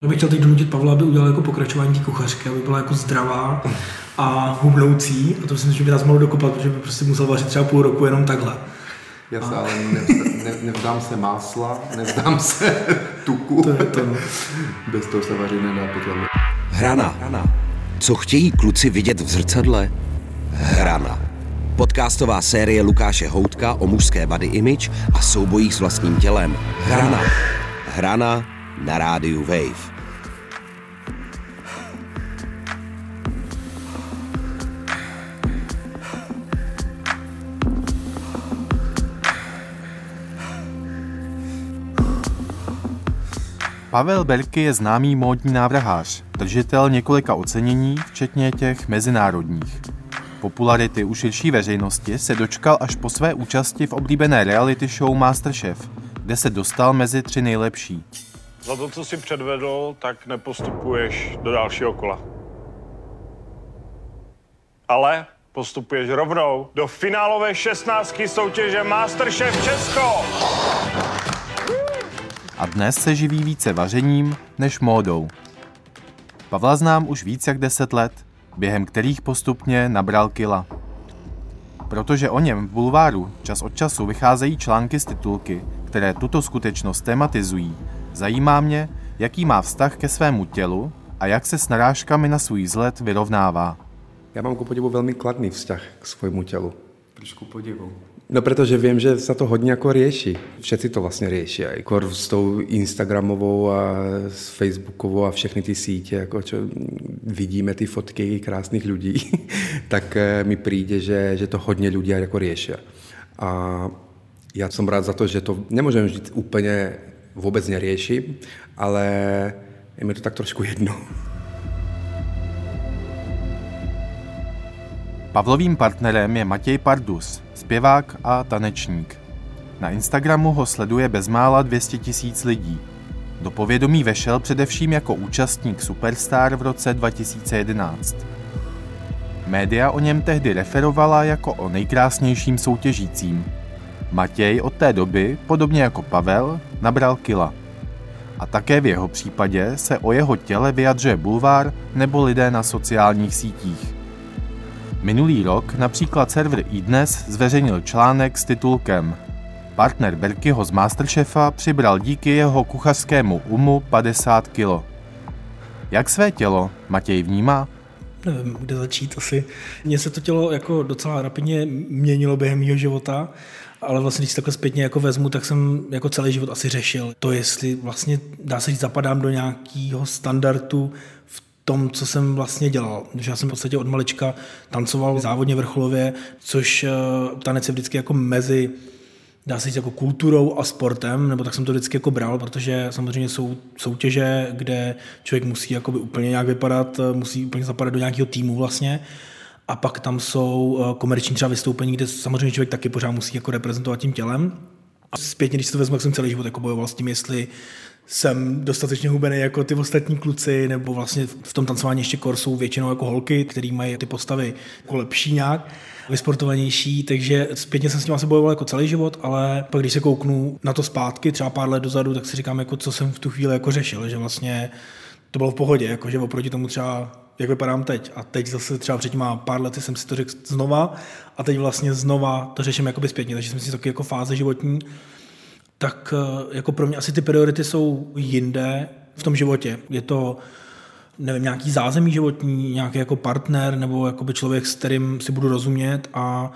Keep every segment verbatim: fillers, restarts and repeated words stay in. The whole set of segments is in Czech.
Já bych chtěl teď donutit Pavla, aby udělal jako pokračování té kuchařky, aby byla jako zdravá a hubnoucí. A to si myslím, že by nás mohlo dokopat, protože by prostě musel vařit třeba půl roku jenom takhle. Já se a... ale nevzdám, ne, nevzdám se másla, nevzdám se tuku. To je to. Bez toho se vaří nedá podle mě. Hrana. Hrana. Co chtějí kluci vidět v zrcadle? Hrana. Podcastová série Lukáše Houtka o mužské body image a soubojích s vlastním tělem. Hrana. Hrana na rádiu Wave. Pavel Berky je známý módní návrhář, držitel několika ocenění, včetně těch mezinárodních. Popularity u širší veřejnosti se dočkal až po své účasti v oblíbené reality show MasterChef, kde se dostal mezi tři nejlepší. Za to, co jsi předvedl, tak nepostupuješ do dalšího kola. Ale postupuješ rovnou do finálové šestnáctky soutěže MasterChef Česko! A dnes se živí více vařením než módou. Pavla znám už víc jak deset let, během kterých postupně nabral kila. Protože o něm v bulváru čas od času vycházejí články z titulky, které tuto skutečnost tematizují, zajímá mě, jaký má vztah ke svému tělu a jak se s narážkami na svůj vzhled vyrovnává. Já mám ku podivu velmi kladný vzťah k svému tělu. Proč ku podivu? No, protože vím, že se to hodně jako řeší. Všetci to vlastně řeší. Jako s tou Instagramovou a s Facebookovou a všechny ty sítě, jako čo vidíme ty fotky krásných lidí, tak mi přijde, že, že to hodně lidí jako řeší. A já jsem rád za to, že to nemůžeme říct úplně vůbec neřeším, ale je mi to tak trošku jedno. Pavlovým partnerem je Matěj Pardus, zpěvák a tanečník. Na Instagramu ho sleduje bezmála dvě stě tisíc lidí. Do povědomí vešel především jako účastník Superstar v roce dva tisíce jedenáct. Média o něm tehdy referovala jako o nejkrásnějším soutěžícím. Matěj od té doby, podobně jako Pavel, nabral kila. A také v jeho případě se o jeho těle vyjadřuje bulvár nebo lidé na sociálních sítích. Minulý rok například server iDnes zveřejnil článek s titulkem Partner Berkyho z MasterChefa přibral díky jeho kuchařskému umu padesát kilo. Jak své tělo Matěj vnímá? Nevím, kde začít asi. Mně se to tělo jako docela rapidně měnilo během mého života, ale vlastně, když si takhle zpětně jako vezmu, tak jsem jako celý život asi řešil to, jestli vlastně, dá se říct, zapadám do nějakého standardu v tom, co jsem vlastně dělal. Že já jsem v podstatě od malička tancoval závodně vrcholově, což tanec je vždycky jako mezi, dá se říct, jako kulturou a sportem, nebo tak jsem to vždycky jako bral, protože samozřejmě jsou soutěže, kde člověk musí jakoby úplně nějak vypadat, musí úplně zapadat do nějakého týmu vlastně. A pak tam jsou komerční třeba vystoupení, kde samozřejmě člověk taky pořád musí jako reprezentovat tím tělem. A zpětně, když si to vezmu, jak jsem celý život jako bojoval s tím, jestli jsem dostatečně hubený jako ty ostatní kluci, nebo vlastně v tom tancování ještě kor jsou většinou jako holky, který mají ty postavy jako lepší nějak, vysportovanější, takže zpětně jsem s tím asi bojoval jako celý život, ale pak když se kouknu na to zpátky, třeba pár let dozadu, tak si říkám, jako co jsem v tu chvíli jako řešil, že vlastně to bylo v pohodě, jako že oproti tomu třeba jak vypadám teď. A teď zase třeba před těma pár lety jsem si to řekl znova a teď vlastně znova to řeším jakoby zpětně, takže jsem si taky jako fáze životní. Tak jako pro mě asi ty priority jsou jinde v tom životě. Je to, nevím, nějaký zázemí životní, nějaký jako partner nebo jakoby člověk, s kterým si budu rozumět a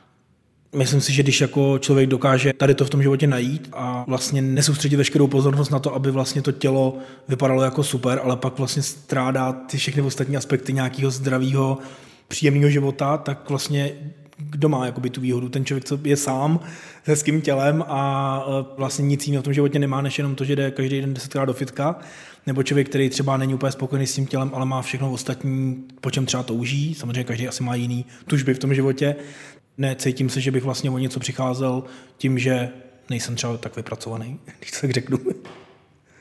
myslím si, že když jako člověk dokáže tady to v tom životě najít a vlastně nesoustředit veškerou pozornost na to, aby vlastně to tělo vypadalo jako super, ale pak vlastně strádá ty všechny ostatní aspekty nějakého zdravého, příjemného života, tak vlastně kdo má jakoby tu výhodu? Ten člověk, co je sám s hezkým tělem a vlastně nic jiného v tom životě nemá, než jenom to, že jde každý den desetkrát do fitka, nebo člověk, který třeba není úplně spokojený s tím tělem, ale má všechno ostatní, po čem třeba touží. Samozřejmě každý asi má jiný tužby v tom životě. Necítím se, že bych vlastně o něco přicházel tím, že nejsem třeba tak vypracovaný, když to tak řeknu.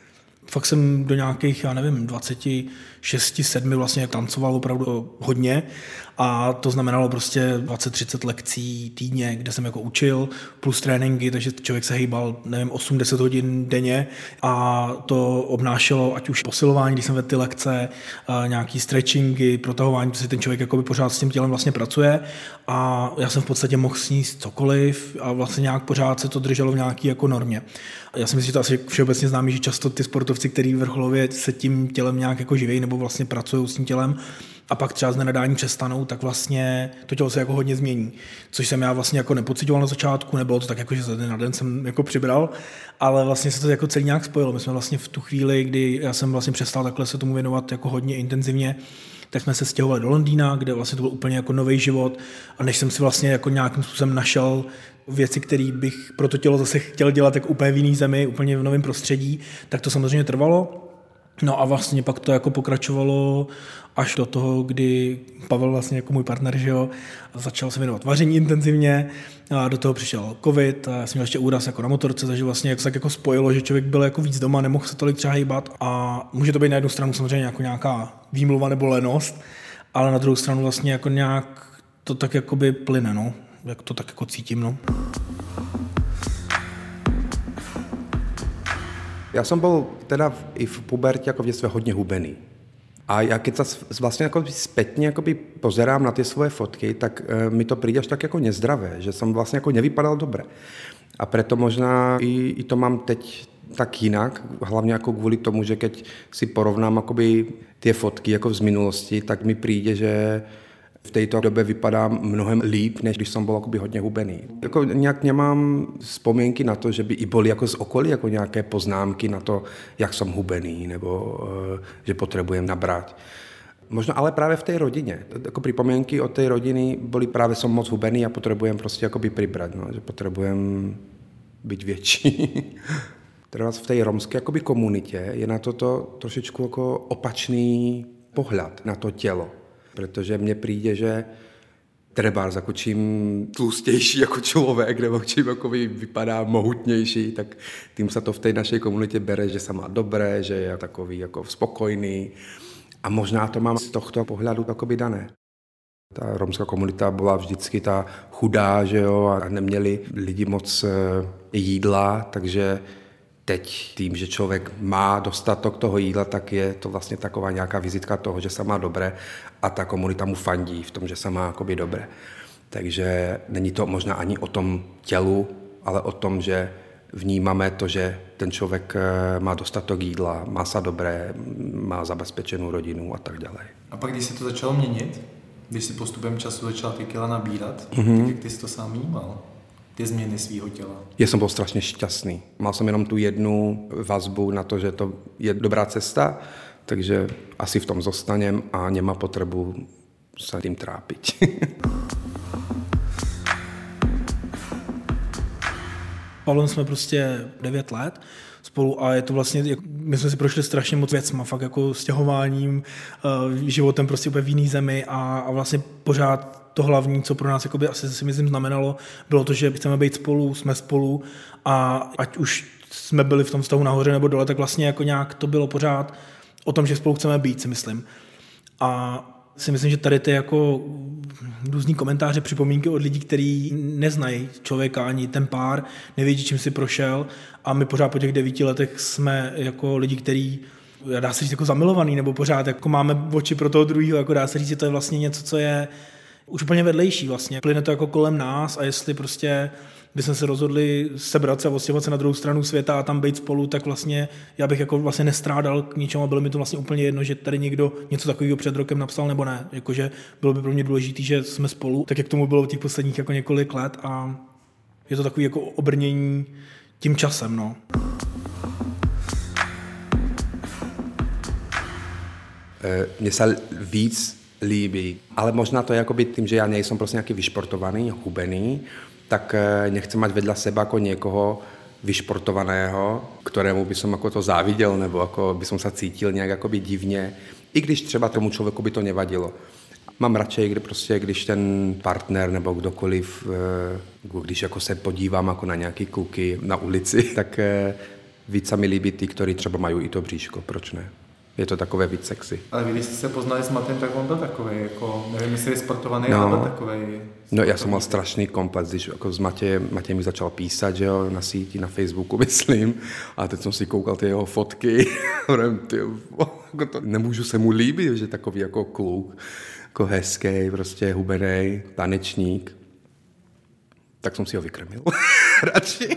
Fakt jsem do nějakých, já nevím, dvacet šest, sedm vlastně tancoval opravdu hodně a to znamenalo prostě dvacet třicet lekcí týdně, kde jsem jako učil, plus tréninky, takže člověk se hejbal, nevím, osm deset hodin denně a to obnášelo ať už posilování, když jsem vedl ty lekce, nějaký stretchingy, protahování, protože ten člověk jakoby pořád s tím tělem vlastně pracuje a já jsem v podstatě mohl sníst cokoliv a vlastně nějak pořád se to drželo v nějaký jako normě. Já si myslím, že to asi všeobecně známý, že často ty sportovci, kteří vrcholově se tím tělem nějak jako živějí nebo vlastně pracují s tím tělem a pak třeba z nenadání přestanou, tak vlastně to tělo se jako hodně změní. Což jsem já vlastně jako nepocitoval na začátku, nebylo to tak jako, že za den na den jsem jako přibral, ale vlastně se to jako celý nějak spojilo. My jsme vlastně v tu chvíli, kdy já jsem vlastně přestal takhle se tomu věnovat jako hodně intenzivně, tak jsme se stěhovali do Londýna, kde vlastně to byl úplně jako nový život a než jsem si vlastně jako nějakým způsobem našel věci, které bych pro to tělo zase chtěl dělat jako úplně v jiný zemi, úplně v novém prostředí, tak to samozřejmě trvalo. No a vlastně pak to jako pokračovalo až do toho, kdy Pavel vlastně jako můj partner, že jo, začal se věnovat vaření intenzivně a do toho přišel covid a já jsem měl ještě úraz jako na motorce, takže vlastně jak se tak jako spojilo, že člověk byl jako víc doma, nemohl se tolik třeba hýbat a může to být na jednu stranu samozřejmě jako nějaká výmluva nebo lenost, ale na druhou stranu vlastně jako nějak to tak jakoby plyne, no, jak to tak jako cítím, no. Já jsem byl teda i v pubertě jako v dětství hodně hubený. A jak je to vlastně jako zpětně jakoby pozerám na ty svoje fotky, tak e, mi to přijde až tak jako nezdravé, že jsem vlastně jako nevypadal dobře. A proto možná i, i to mám teď tak jinak, hlavně jako kvůli tomu, že keď si porovnám jakoby ty fotky jako z minulosti, tak mi přijde, že v této době vypadám mnohem líp, než když jsem byl jakoby hodně hubený. Jako nějak nemám vzpomínky na to, že by i byly jako z okolí jako nějaké poznámky na to, jak jsem hubený, nebo uh, že potřebujem nabrat. Možná ale právě v té rodině. Jako připomínky od té rodiny byly právě jsem moc hubený a potřebujem prostě jakoby přibrat, no, že potřebujem být větší. Třeba v té romské jakoby komunitě je na toto trošičku jako opačný pohled na to tělo. Protože mně přijde, že trebárs jako čím tlustější jako člověk, nebo čím jako vypadá mohutnější, tak tím se to v té naší komunitě bere, že se má dobré, že je takový jako spokojný. A možná to mám z tohto pohledu takoby dané. Ta romská komunita byla vždycky ta chudá, že jo, a neměli lidi moc jídla, takže teď tím, že člověk má dostatok toho jídla, tak je to vlastně taková nějaká vizitka toho, že se má dobré a ta komunita mu fandí v tom, že se má jakoby dobré. Takže není to možná ani o tom tělu, ale o tom, že vnímáme to, že ten člověk má dostatok jídla, má se dobré, má zabezpečenou rodinu a tak dále. A pak, když se to začalo měnit, když si postupem času začal ty kila nabírat, mm-hmm. tak jak ty jsi to sám vnímal? Ty změny svýho těla? Já jsem byl strašně šťastný. Mal jsem jenom tu jednu vazbu na to, že to je dobrá cesta, takže asi v tom zostanem a nemá potřebu se tím trápit. Pavlem jsme prostě devět let spolu a je to vlastně, my jsme si prošli strašně moc věcma, fakt jako stěhováním, životem prostě úplně v jiný zemi a, a vlastně pořád to hlavní, co pro nás jakoby, asi si myslím znamenalo, bylo to, že chceme být spolu, jsme spolu a ať už jsme byli v tom vztahu nahoře nebo dole, tak vlastně jako nějak to bylo pořád o tom, že spolu chceme být, si myslím. A si myslím, že tady ty jako různý komentáře, připomínky od lidí, kteří neznají člověka ani ten pár, nevědí, čím si prošel a my pořád po těch devíti letech jsme jako lidi, kteří dá se říct jako zamilovaný, nebo pořád jako máme oči pro toho druhého, jako dá se říct, že to je vlastně něco, co je už úplně vedlejší vlastně. Plyne to jako kolem nás a jestli prostě bychom se rozhodli sebrat se a odstěhovat se na druhou stranu světa a tam být spolu, tak vlastně já bych jako vlastně nestrádal k ničemu a bylo mi to vlastně úplně jedno, že tady někdo něco takového před rokem napsal nebo ne. Jakože bylo by pro mě důležité, že jsme spolu, tak jak tomu bylo v těch posledních jako několik let a je to takový jako obrnění tím časem, no. Mně se víc líbí, ale možná to je jakoby tím, že já nejsem prostě nějaký vyšportovaný, hubený, tak nechcem mať vedľa seba jako někoho vyšportovaného, ktorému by som jako to záviděl, nebo jako by som sa cítil nějak jakoby divně, i když třeba tomu člověku by to nevadilo. Mám radšej, kdy prostě, když ten partner nebo kdokoliv, když jako se podívám jako na nějaký kluky na ulici, tak víc se mi líbí ty, kteří třeba mají i to bříško, proč ne? Je to takové víc sexy. Ale vy, když jste se poznali s Matem, tak on byl takový, jako, nevím, jestli je sportovaný, no, ale byl takový. No já jsem mal strašný komplex, když jako s Matějem, Matěj mi začal písat, že jo, na síti, na Facebooku, myslím, a teď jsem si koukal ty jeho fotky, ty, jako to, nemůžu se mu líbit, že takový jako kluk, jako hezký, prostě hubenej, tanečník. Tak jsem si ho vykrmil. Radši.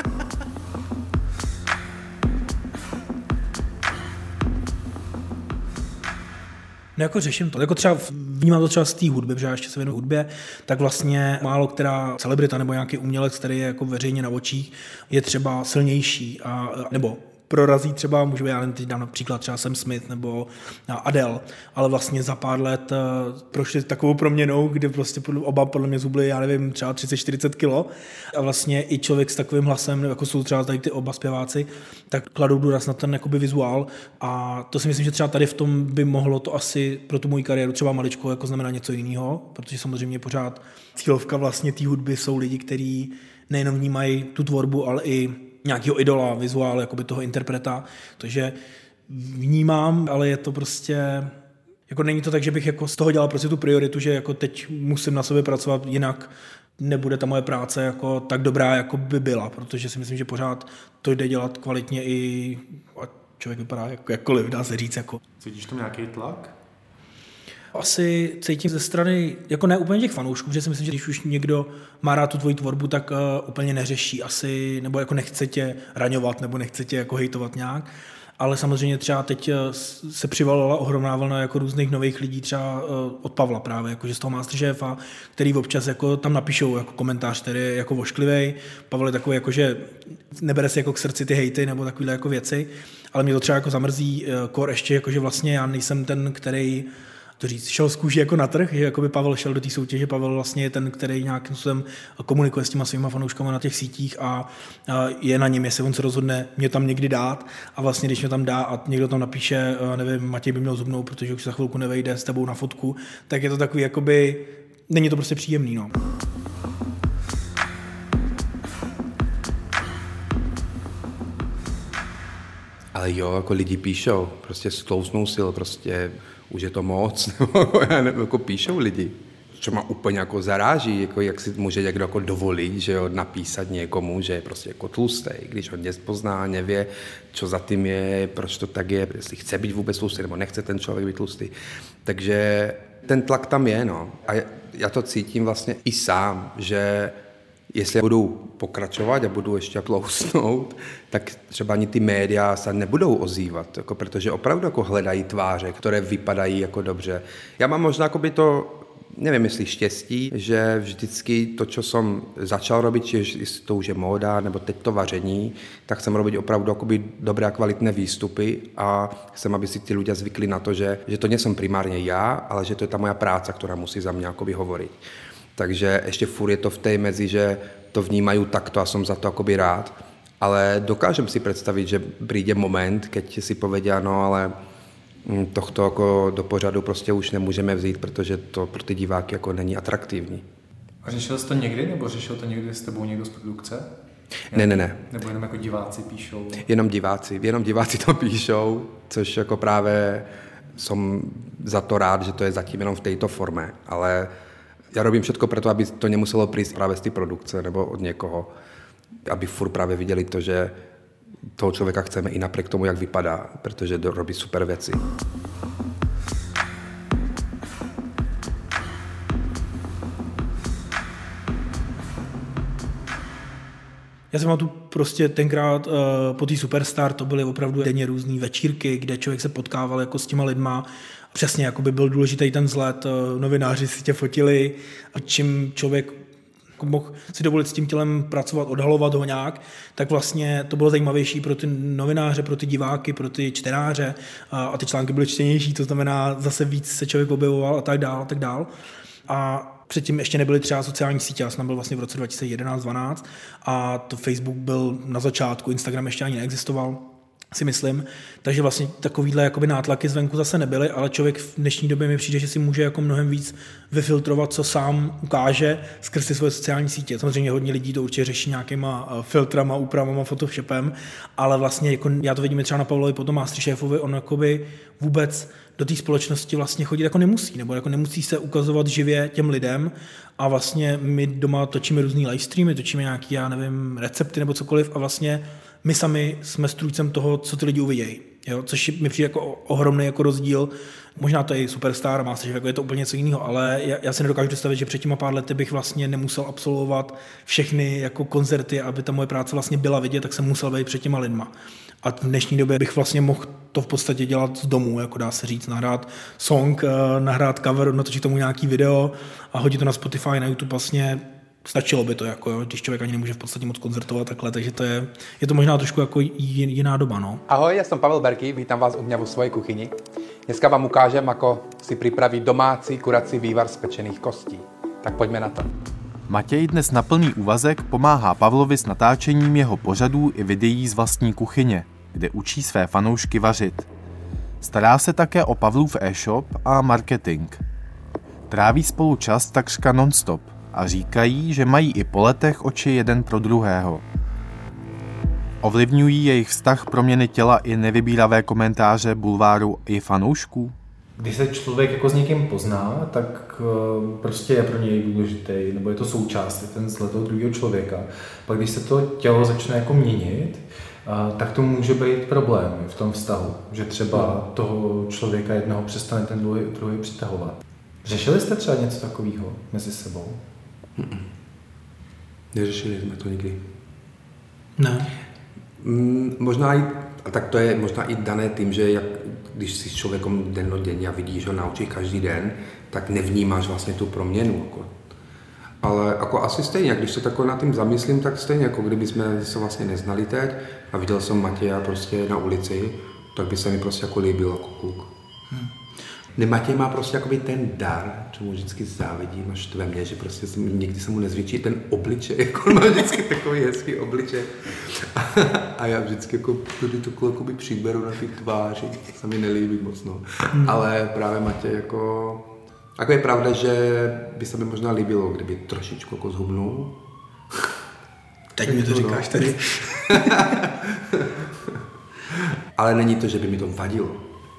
No jako řeším to. Jako třeba vnímám to třeba z té hudby, protože já ještě se věnuju hudbě, tak vlastně málo která celebrita nebo nějaký umělec, který je jako veřejně na očích, je třeba silnější a, nebo prorazí třeba, můžu já jen teď dám například třeba Sam Smith nebo Adele, ale vlastně za pár let prošli takovou proměnou, kde prostě oba podle mě zhubli, já nevím, třeba třicet čtyřicet kilo a vlastně i člověk s takovým hlasem, jako jsou třeba tady ty oba zpěváci, tak kladou důraz na ten jakoby vizuál a to si myslím, že třeba tady v tom by mohlo to asi pro tu moji kariéru třeba maličko jako znamená něco jiného, protože samozřejmě pořád cílovka vlastně té hudby jsou lidi, kteří nejenom vnímají tu tvorbu, ale i nějakého idola, vizuál, jakoby toho interpreta, takže vnímám, ale je to prostě, jako není to tak, že bych jako z toho dělal prostě tu prioritu, že jako teď musím na sobě pracovat, jinak nebude ta moje práce jako tak dobrá, jako by byla, protože si myslím, že pořád to jde dělat kvalitně i, a člověk vypadá jako, jakkoliv, dá se říct. Jako. Cítíš tam nějaký tlak? Asi cítím ze strany, jako ne úplně těch fanoušků, protože si myslím, že když už někdo má rád tu tvoji tvorbu, tak uh, úplně neřeší asi, nebo jako nechce tě raňovat, nebo nechce tě jako hejtovat nějak. Ale samozřejmě třeba teď se přivalila ohromná vlna jako různých nových lidí, třeba uh, od Pavla právě, jakože z toho Masterchefa, který občas jako tam napíšou jako komentář, který je jako vošklivej. Pavel je takový, jako, že nebere si jako k srdci ty hejty nebo takovýhle jako věci, ale mě to třeba jako zamrzí uh, kor ještě, jakože vlastně já nejsem ten, který to říct, šel z kůži jako na trh, že jako by Pavel šel do té soutěže, Pavel vlastně je ten, který nějakým způsobem komunikuje s těma svýma fanouškama na těch sítích a, a je na něm, jestli on se rozhodne mě tam někdy dát a vlastně když mě tam dá a někdo tam napíše, nevím, Matěj by měl zubnou, protože už za chvilku nevejde s tebou na fotku, tak je to takový jakoby, není to prostě příjemný, no. Ale jo, jako lidi píšou, prostě stlousnou sil, prostě už je to moc, nebo já nevím, jako píšou lidi. Co má úplně jako zaráží, jako jak si může někdo jako dovolit, že jo, napísat někomu, že je prostě jako tlustej, když ho nepozná, nevě, co za tím je, proč to tak je, jestli chce být vůbec tlustý, nebo nechce ten člověk být tlustý. Takže ten tlak tam je, no. A já to cítím vlastně i sám, že jestli budu pokračovat a budu ještě tloustnout, tak třeba ani ty média se nebudou ozývat, jako, protože opravdu jako hledají tváře, které vypadají jako dobře. Já mám možná jako by to, nevím, jestli štěstí, že vždycky to, co jsem začal robit, či to už je móda, nebo teď to vaření, tak jsem robiť opravdu akoby dobré a kvalitné výstupy a chcem, aby si ty ľudia zvykli na to, že, že to nie som primárne ja, ale že to je ta moja práca, ktorá musí za mňa akoby hovoriť. Takže ještě furt je to v té mezi, že to vnímají takto a jsem za to akoby rád. Ale dokážem si představit, že přijde moment, keď si povedia, no ale tohto jako do pořadu prostě už nemůžeme vzít, protože to pro ty diváky jako není atraktivní. A řešil jsi to někdy, nebo řešil to někdy s tebou někdo z produkce? Ne, ne, ne. Nebo jenom jako diváci píšou? Jenom diváci, jenom diváci to píšou, což jako právě jsem za to rád, že to je zatím jenom v této formě, ale já robím všetko pro to, aby to nemuselo prísť právě z té produkce nebo od někoho, aby furt právě viděli to, že toho člověka chceme i napriek tomu, jak vypadá, protože robí super věci. Já jsem mal tu prostě tenkrát uh, po té Superstar, to byly opravdu denně různý večírky, kde člověk se potkával jako s těma lidma. Přesně, jako by byl důležitý ten vzhled, uh, novináři si tě fotili a čím člověk mohl si dovolit s tím tělem pracovat, odhalovat ho nějak, tak vlastně to bylo zajímavější pro ty novináře, pro ty diváky, pro ty čtenáře a, a ty články byly čtenější, to znamená zase víc se člověk objevoval a tak dál a tak dál. A předtím ještě nebyly třeba sociální sítě, já jsem byl vlastně v roce dva tisíce jedenáct dvanáct a to Facebook byl na začátku, Instagram ještě ani neexistoval. si myslím. Takže vlastně takovýhle jakoby nátlaky zvenku zase nebyly, ale člověk v dnešní době mi přijde, že si může jako mnohem víc vyfiltrovat, co sám ukáže skrz ty svoje sociální sítě. Samozřejmě hodně lidí to určitě řeší nějakýma filtrama, úpravama, Photoshopem, ale vlastně jako já to vidím třeba na Pavlovi potom Masterchefovi, on jakoby vůbec do té společnosti vlastně chodit jako nemusí, nebo jako nemusí se ukazovat živě těm lidem a vlastně my doma točíme různý livestreamy, točíme nějaký, já nevím, recepty nebo cokoliv a vlastně my sami jsme strůjcem toho, co ty lidi uvidějí. Jo? Což mi přijde jako ohromný jako rozdíl. Možná to je Superstar a Masterchef, jako je to úplně něco jiného, ale já, já si nedokážu představit, že před těma pár lety bych vlastně nemusel absolvovat všechny jako koncerty, aby ta moje práce vlastně byla vidět, tak jsem musel být před těma lidma. A v dnešní době bych vlastně mohl to v podstatě dělat z domu, jako dá se říct, nahrát song, nahrát cover, natočit tomu nějaký video a hodit to na Spotify, na YouTube vlastně. Stačilo by to, jako, jo, když člověk ani nemůže v podstatě moc koncertovat takhle, takže to je, je to možná trošku jako jiná doba. No. Ahoj, já jsem Pavel Berky, vítám vás u mě vo svojej kuchyni. Dneska vám ukážem, ako si připravit domácí kurací vývar z pečených kostí. Tak pojďme na to. Matěj dnes na plný úvazek pomáhá Pavlovi s natáčením jeho pořadů i videí z vlastní kuchyně, kde učí své fanoušky vařit. Stará se také o Pavlův e-shop a marketing. Tráví spolu čas takřka non-stop a říkají, že mají i po letech oči jeden pro druhého. Ovlivňují jejich vztah proměny těla i nevybíravé komentáře bulváru i fanoušků? Když se člověk jako s někým pozná, tak prostě je pro něj důležitý, nebo je to součást, ten vzhled toho druhého člověka. Pak když se to tělo začne jako měnit, tak to může být problém v tom vztahu, že třeba toho člověka jednoho přestane ten druhý, druhý přitahovat. Řešili jste třeba něco takového mezi sebou? Mm-mm. Neřešili jsme to nikdy. Ne. Mm, možná i, tak to je možná i dané tím, že jak, když si s člověkem dennodenně a vidíš, že ho naučí každý den, tak nevnímáš vlastně tu proměnu. Jako. Ale jako asi stejně, když se takhle nad tím zamyslím, tak stejně, jako kdyby jsme se vlastně neznali teď a viděl jsem Matěja prostě na ulici, tak by se mi prostě jako líbil jako kluk. Hmm. Ne, Matěj má prostě jakoby ten dar, čemu vždycky závidím až štve mě, že prostě jsem, někdy se mu nezvětší ten obličej, jako on má vždycky takový hezký obličej. A, a já vždycky jako tudy tu jakoby přiberu na ty tváři, to se mi nelíbí moc, no. Hmm. Ale právě Matěj jako, jako je pravda, že by se mi možná líbilo, kdyby trošičku jako zhubnul. Teď mi to říkáš tady. Ale není to, že by mi to vadilo.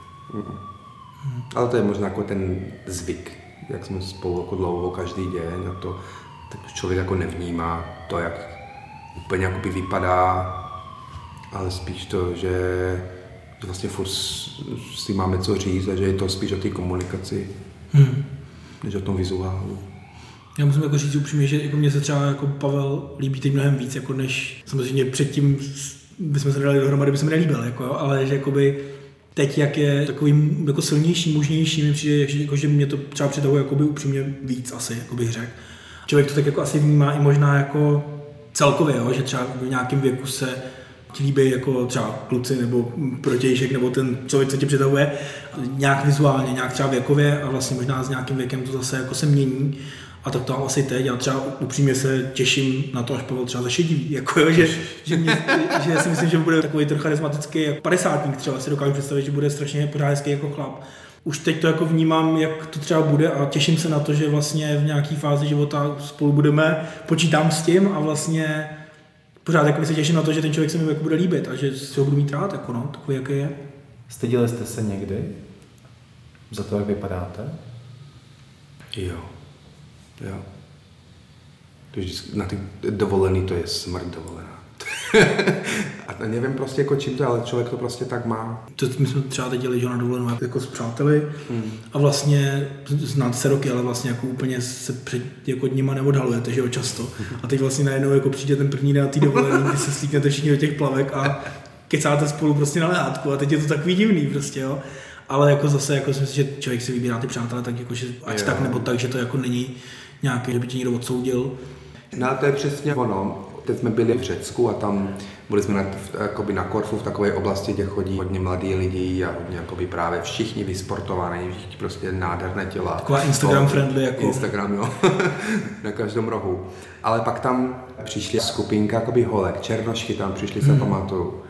Hmm. Ale to je možná jako ten zvyk, jak jsme spolu jako dlouho každý den a to tak člověk jako nevnímá to, jak úplně jakoby vypadá, ale spíš to, že vlastně furt si máme co říct a že je to spíš o té komunikaci, hmm. než o tom vizuálu. Já musím jako říct upřímně, že jako mně se třeba jako Pavel líbí teď mnohem víc, jako než samozřejmě předtím bychom se dali dohromady, by se mi nelíbil, jako, jo, ale že jakoby teď, jak je takový jako silnější, mužnější, mi přijde, jako, že mě to třeba přitahuje jakoby upřímně víc asi, jako bych řekl. Člověk to tak jako asi vnímá i možná jako celkově, jo, že třeba v nějakém věku se ti líbí jako třeba kluci nebo protějšek nebo ten člověk, co tě přitahuje nějak vizuálně, nějak třeba věkově a vlastně možná s nějakým věkem to zase jako se mění. A tak to asi teď, já třeba upřímně se těším na to, až Pavel třeba zašediví, jako jo, že, že, mě, že si myslím, že bude takový trochu charismatický jako padesátník třeba, si dokážu představit, že bude strašně pořád hezký jako chlap. Už teď to jako vnímám, jak to třeba bude a těším se na to, že vlastně v nějaký fázi života spolu budeme, počítám s tím a vlastně pořád jako se těším na to, že ten člověk se mi jako bude líbit a že si ho budu mít rád, jako no, takový, jaký je. Stydili jste se někdy za to, jak vypadáte? Jo. Jo. To na ty dovolený to je smrt dovolená. A nevím prostě jako čím to, ale člověk to prostě tak má. To my jsme třeba teď dělali, že na dovolenou jako s přáteli hmm. a vlastně znát se roky, ale vlastně jako úplně se před jako dníma neodhalujete, že jo, často. A teď vlastně najednou jako přijde ten první den na té dovolený, kdy se slíknete všichni do těch plavek a kecáte spolu prostě na lehátku a teď je to takový divný prostě, jo. Ale jako zase, jako si myslím, že člověk si vybírá ty přátelé, tak jako, že ať jo. tak nebo tak, že to jako není nějaký, že by tě někdo odsoudil. No to je přesně ono. Teď jsme byli v Řecku a tam byli jsme na, jakoby na Korfu v takové oblasti, kde chodí hodně mladí lidi a hodně jakoby právě všichni vysportovaní, všichni prostě nádherné těla. Taková Instagram to, friendly jako. Instagram, jo. Na každém rohu. Ale pak tam přišli skupinka jakoby holek, černošky tam přišli, hmm. se pamatuju.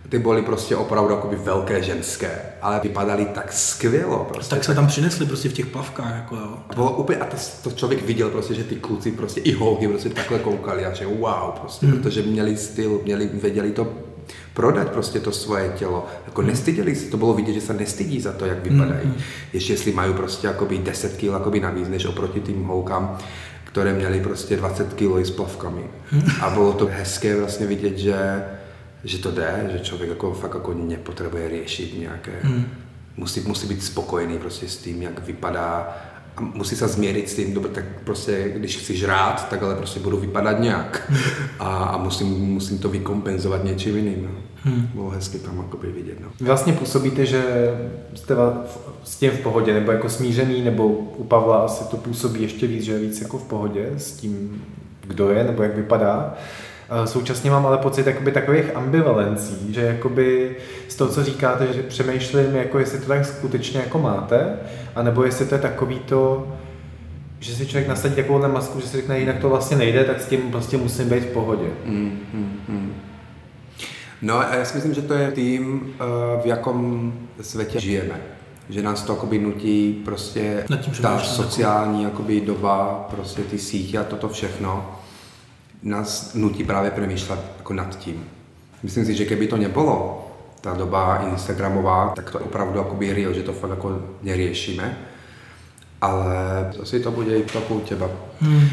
Ty byly prostě opravdu jakoby velké ženské, ale vypadaly tak skvělo. Prostě. Tak se tam přinesli prostě v těch plavkách. Jako, jo. A bylo úplně, a to, to člověk viděl prostě, že ty kluci prostě i holky prostě takhle koukali a že wow, prostě, hmm. protože měli styl, měli, věděli to prodat prostě to svoje tělo. Jako nestyděli se, to bylo vidět, že se nestydí za to, jak vypadají. Hmm. Ještě jestli mají prostě jakoby deset kil jakoby navíc, než oproti tým holkám, které měly prostě dvacet kilo i s plavkami. Hmm. A bylo to hezké vlastně vidět, že že to jde, že člověk jako fakt jako nepotřebuje řešit nějaké, hmm. musí, musí být spokojený prostě s tím, jak vypadá a musí se změřit s tím, dobře, tak prostě když chci žrát, tak ale prostě budu vypadat nějak a, a musím, musím to vykompenzovat něčím jiným. No. Hmm. Bylo hezky tam jakoby vidět. No. Vy vlastně působíte, že jste s tím v pohodě, nebo jako smířený, nebo u Pavla asi to působí ještě víc, že je víc jako v pohodě s tím, kdo je, nebo jak vypadá. Současně mám ale pocit jakoby takových ambivalencí, že jakoby z toho, co říkáte, že přemýšlím, jako jestli to tak skutečně jako máte, anebo jestli to je takový to, že si člověk nasadí takovouhle masku, že si řekne, jinak to vlastně nejde, tak s tím prostě musím být v pohodě. Mm, mm, mm. No a já si myslím, že to je tím, v jakom světě žijeme. Že nás to jakoby nutí prostě ta sociální jakoby doba, prostě ty sítě a toto všechno nás nutí právě přemýšlet jako nad tím. Myslím si, že kdyby to nebylo, ta doba instagramová, tak to je opravdu jakoby real, že to fakt jako neřešíme. Ale asi to bude i takovou těba. Hmm.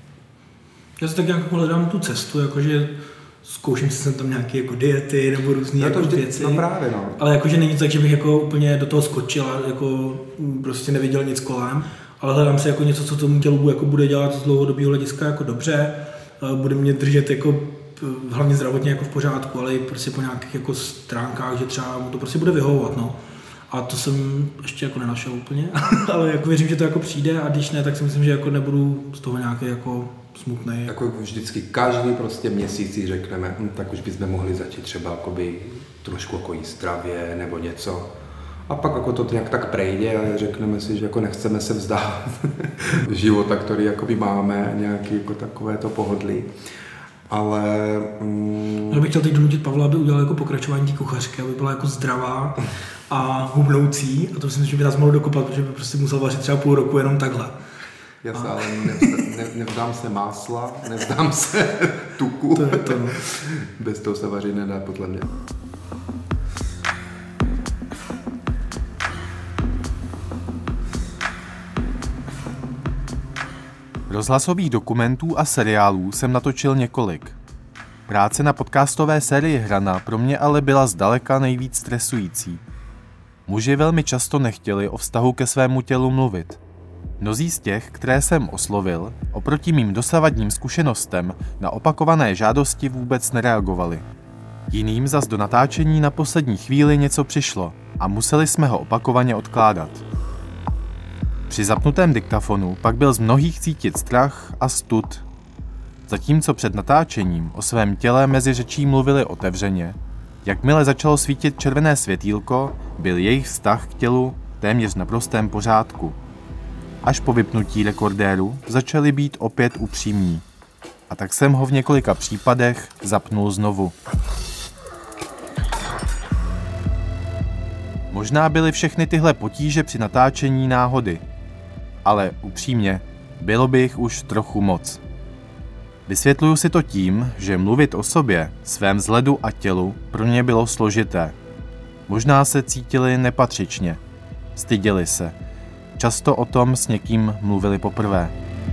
Já si tak nějak hledám tu cestu, jakože zkouším si sem tam nějaké jako diety nebo různé no jako vždy, věci. No právě, no. Ale jakože není to tak, že bych jako úplně do toho skočil a jako prostě neviděl nic kolem. Ale hledám si jako něco, co tomu tělu jako bude dělat z dlouhodobého hlediska jako dobře. Bude mě držet jako hlavně zdravotně jako v pořádku, ale i prostě po nějakých jako stránkách, že třeba mu to prostě bude vyhovovat, no. A to jsem ještě jako nenašel úplně, ale jako věřím, že to jako přijde a když ne, tak si myslím, že jako nebudu z toho nějaký jako smutnej. Jako vždycky každý prostě měsíc si řekneme, hm, tak už bychom mohli začít třeba jakoby trošku jako jíst zdravě nebo něco. A pak jako to nějak tak prejde a řekneme si, že jako nechceme se vzdát života, který jakoby máme, nějaký jako takové to pohodlí. Ale... Mm... Já bych chtěl teď donutit Pavla, aby udělal jako pokračování té kuchařky, aby byla jako zdravá a hubnoucí a to myslím, že by nás mohlo dokopat, protože by prostě musel vařit třeba půl roku jenom takhle. Já se a... ale nevzdám, ne, nevzdám se másla, nevzdám se tuku. To je to, no. Bez toho se vařit nedá, podle mě. Rozhlasových dokumentů a seriálů jsem natočil několik. Práce na podcastové sérii Hrana pro mě ale byla zdaleka nejvíc stresující. Muži velmi často nechtěli o vztahu ke svému tělu mluvit. Mnozí z těch, které jsem oslovil, oproti mým dosavadním zkušenostem na opakované žádosti vůbec nereagovali. Jiným zas do natáčení na poslední chvíli něco přišlo a museli jsme ho opakovaně odkládat. Při zapnutém diktafonu pak byl z mnohých cítit strach a stud. Zatímco před natáčením o svém těle mezi řečí mluvili otevřeně, jakmile začalo svítit červené světýlko, byl jejich vztah k tělu téměř v naprostém pořádku. Až po vypnutí rekordéru začali být opět upřímní. A tak jsem ho v několika případech zapnul znovu. Možná byly všechny tyhle potíže při natáčení náhody. Ale upřímně, bylo by jich už trochu moc. Vysvětluju si to tím, že mluvit o sobě, svém vzhledu a tělu pro ně bylo složité. Možná se cítili nepatřičně, styděli se. Často o tom s někým mluvili poprvé.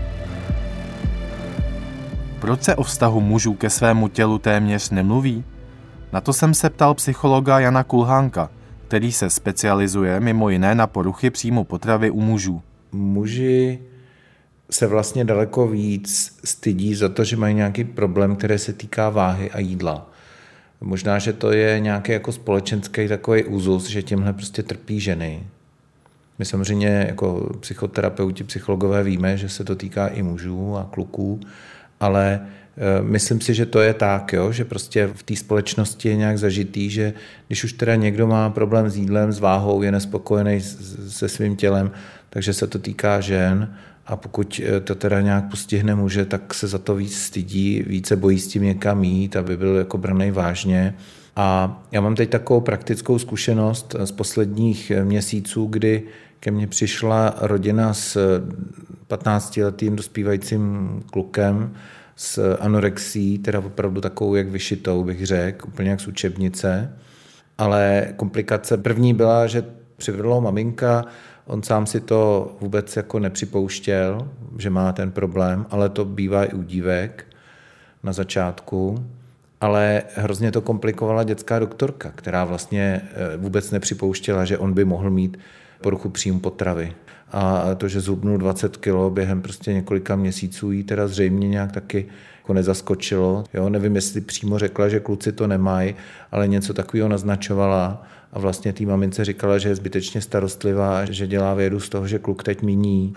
Proč se o vztahu mužů ke svému tělu téměř nemluví? Na to jsem se ptal psychologa Jana Kulhánka, který se specializuje mimo jiné na poruchy příjmu potravy u mužů. Muži se vlastně daleko víc stydí za to, že mají nějaký problém, který se týká váhy a jídla. Možná, že to je nějaký jako společenský takový úzus, že tímhle prostě trpí ženy. My samozřejmě jako psychoterapeuti, psychologové víme, že se to týká i mužů a kluků, ale e, myslím si, že to je tak, jo? Že prostě v té společnosti je nějak zažitý, že když už teda někdo má problém s jídlem, s váhou, je nespokojený se svým tělem, takže se to týká žen a pokud to teda nějak postihne muže, tak se za to víc stydí, více bojí s tím někam jít, aby byl jako branej vážně A já mám teď takovou praktickou zkušenost z posledních měsíců, kdy ke mně přišla rodina s patnáctiletým dospívajícím klukem s anorexí, teda opravdu takovou jak vyšitou, bych řekl, úplně jak z učebnice. Ale komplikace první byla, že přivedlo maminka, on sám si to vůbec jako nepřipouštěl, že má ten problém, ale to bývá i u dívek na začátku. Ale hrozně to komplikovala dětská doktorka, která vlastně vůbec nepřipouštěla, že on by mohl mít poruchu příjmu potravy. A to, že zhubnul dvacet kilo během prostě několika měsíců, jí teda zřejmě nějak taky jako nezaskočilo. Jo, nevím, jestli přímo řekla, že kluci to nemají, ale něco takového naznačovala a vlastně té mamince říkala, že je zbytečně starostlivá, že dělá vědu z toho, že kluk teď míní.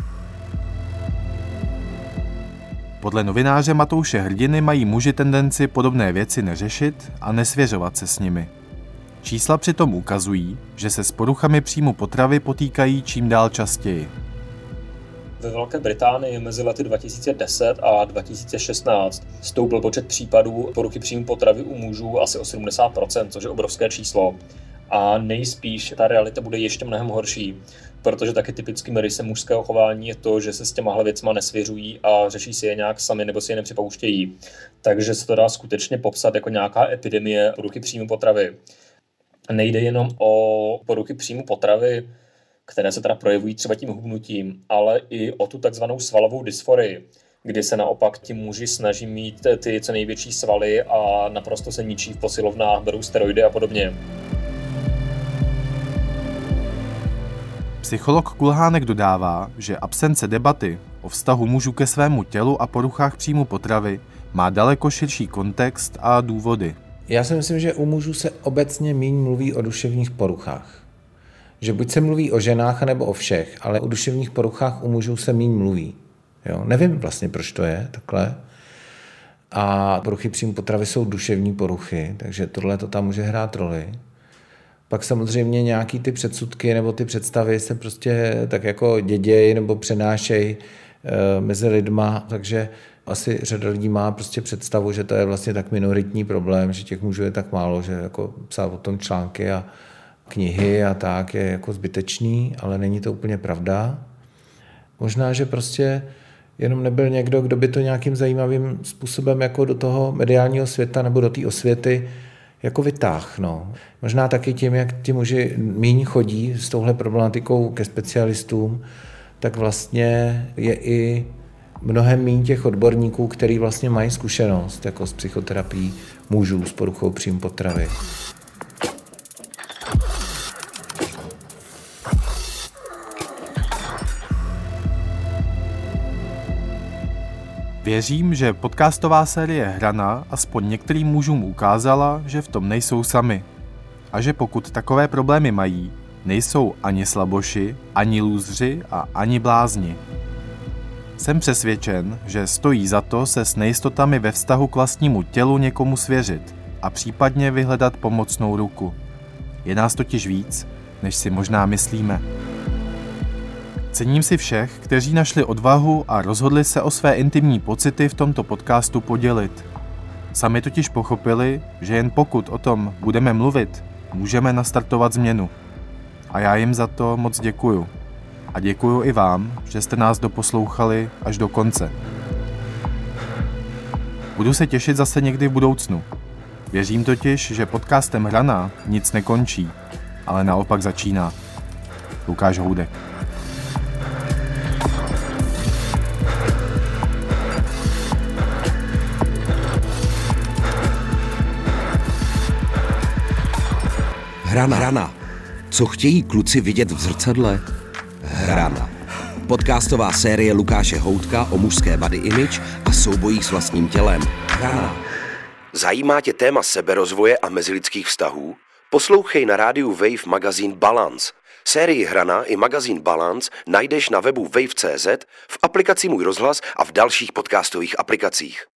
Podle novináře Matouše Hrdiny mají muži tendenci podobné věci neřešit a nesvěřovat se s nimi. Čísla přitom ukazují, že se s poruchami příjmu potravy potýkají čím dál častěji. Ve Velké Británii mezi lety dva tisíce deset a dva tisíce šestnáct stoupl počet případů poruchy příjmu potravy u mužů asi o sedmdesát procent, což je obrovské číslo. A nejspíš ta realita bude ještě mnohem horší, protože taky typickým rysem mužského chování je to, že se s těmahle věcma nesvěřují a řeší si je nějak sami nebo si je nepřipouštějí. Takže se to dá skutečně popsat jako nějaká epidemie poruchy příjmu potravy. Nejde jenom o poruchy příjmu potravy, které se teda projevují třeba tím hubnutím, ale i o tu takzvanou svalovou dysforii, kdy se naopak ti muži snaží mít ty co největší svaly a naprosto se ničí v posilovnách, berou steroidy a podobně. Psycholog Kulhánek dodává, že absence debaty o vztahu mužů ke svému tělu a poruchách příjmu potravy má daleko širší kontext a důvody. Já si myslím, že u mužů se obecně míň mluví o duševních poruchách. Že buď se mluví o ženách, nebo o všech, ale o duševních poruchách u mužů se míň mluví. Jo? Nevím vlastně, proč to je takhle. A poruchy příjmu potravy jsou duševní poruchy, takže tohle to tam může hrát roli. Pak samozřejmě nějaký ty předsudky nebo ty představy se prostě tak jako dědějí nebo přenášejí e, mezi lidma, takže asi řada lidí má prostě představu, že to je vlastně tak minoritní problém, že těch mužů je tak málo, že jako psát o tom články a knihy a tak je jako zbytečný, ale není to úplně pravda. Možná, že prostě jenom nebyl někdo, kdo by to nějakým zajímavým způsobem jako do toho mediálního světa nebo do té osvěty jako vytáh. No. Možná taky tím, jak ti muži míň chodí s touhle problematikou ke specialistům, tak vlastně je i mnohem míň těch odborníků, který vlastně mají zkušenost jako s psychoterapií mužů s poruchou příjmu potravy. Věřím, že podcastová série Hrana aspoň některým mužům ukázala, že v tom nejsou sami. A že pokud takové problémy mají, nejsou ani slaboši, ani lůzři a ani blázni. Jsem přesvědčen, že stojí za to se s nejistotami ve vztahu k vlastnímu tělu někomu svěřit a případně vyhledat pomocnou ruku. Je nás totiž víc, než si možná myslíme. Cením si všech, kteří našli odvahu a rozhodli se o své intimní pocity v tomto podcastu podělit. Sami totiž pochopili, že jen pokud o tom budeme mluvit, můžeme nastartovat změnu. A já jim za to moc děkuju. A děkuju i vám, že jste nás doposlouchali až do konce. Budu se těšit zase někdy v budoucnu. Věřím totiž, že podcastem Hrana nic nekončí, ale naopak začíná. Lukáš Houdek. Hrana. Hrana. Co chtějí kluci vidět v zrcadle? Hrana. Podcastová série Lukáše Houdka o mužské body image a soubojích s vlastním tělem. Hrana. Zajímá tě téma seberozvoje a mezilidských vztahů? Poslouchej na rádiu Wave magazín Balance. Sérii Hrana i magazín Balance najdeš na webu wave tečka cé zet, v aplikaci Můj rozhlas a v dalších podcastových aplikacích.